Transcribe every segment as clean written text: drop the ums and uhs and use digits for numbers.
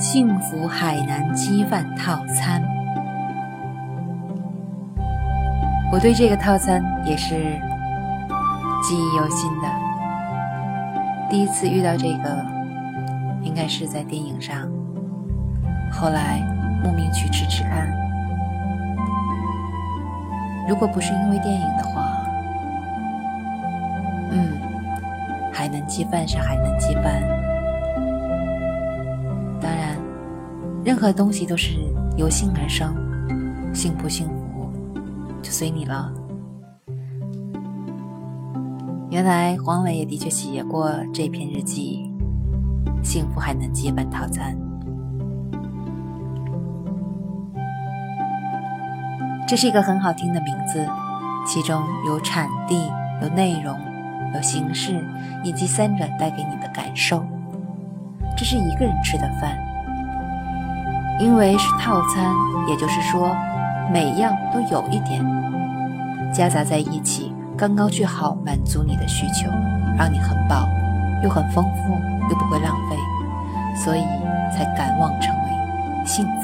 幸福海南鸡饭套餐。我对这个套餐也是记忆犹新的。第一次遇到这个应该是在电影上，后来慕名去吃吃看。如果不是因为电影的话，海南鸡饭是海南鸡饭。当然任何东西都是由心而生，幸不幸福就随你了。原来黄磊也的确写过这篇日记，幸福海南鸡饭套餐。这是一个很好听的名字，其中有产地，有内容，有形式，以及三者带给你的感受。这是一个人吃的饭，因为是套餐，也就是说每样都有一点，夹杂在一起，刚刚去好满足你的需求，让你很饱，又很丰富，又不会浪费，所以才敢望成为幸福。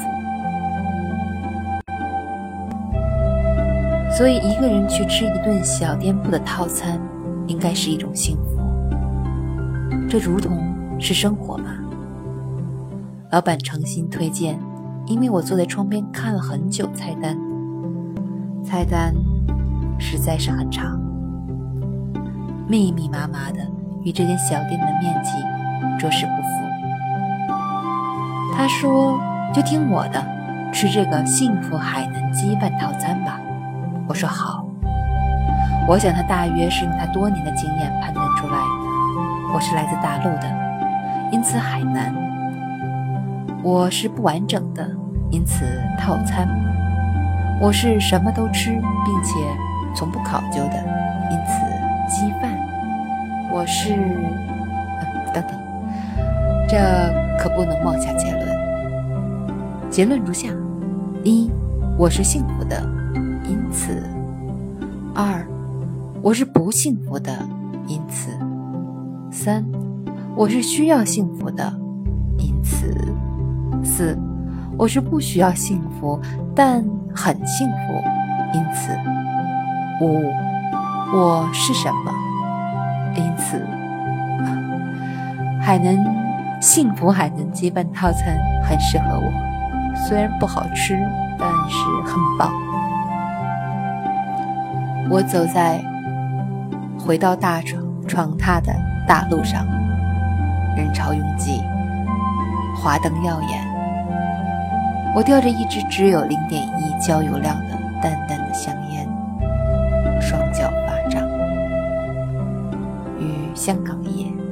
所以一个人去吃一顿小店铺的套餐，应该是一种幸福。这如同是生活嘛。老板诚心推荐，因为我坐在窗边看了很久菜单实在是很长，密密麻麻的，与这间小店的面积着实不符。他说就听我的，吃这个幸福海南鸡饭套餐吧。我说好。我想他大约是用他多年的经验判断出来，我是来自大陆的，因此海南。我是不完整的，因此套餐。我是什么都吃，并且从不考究的，因此鸡饭。我是等等，这可不能妄下结论。结论如下：一，我是幸福的，因此；二，我是不幸福的，因此；三，我是需要幸福的，因此；四，我是不需要幸福，但很幸福，因此；五，我是什么，因此。幸福海南鸡饭套餐很适合我，虽然不好吃，但是很棒。我走在回到大闯踏的大路上，人潮拥挤，华灯耀眼。我叼着一支只有 0.1 焦油量的淡淡的香烟，双脚发胀。于香港夜。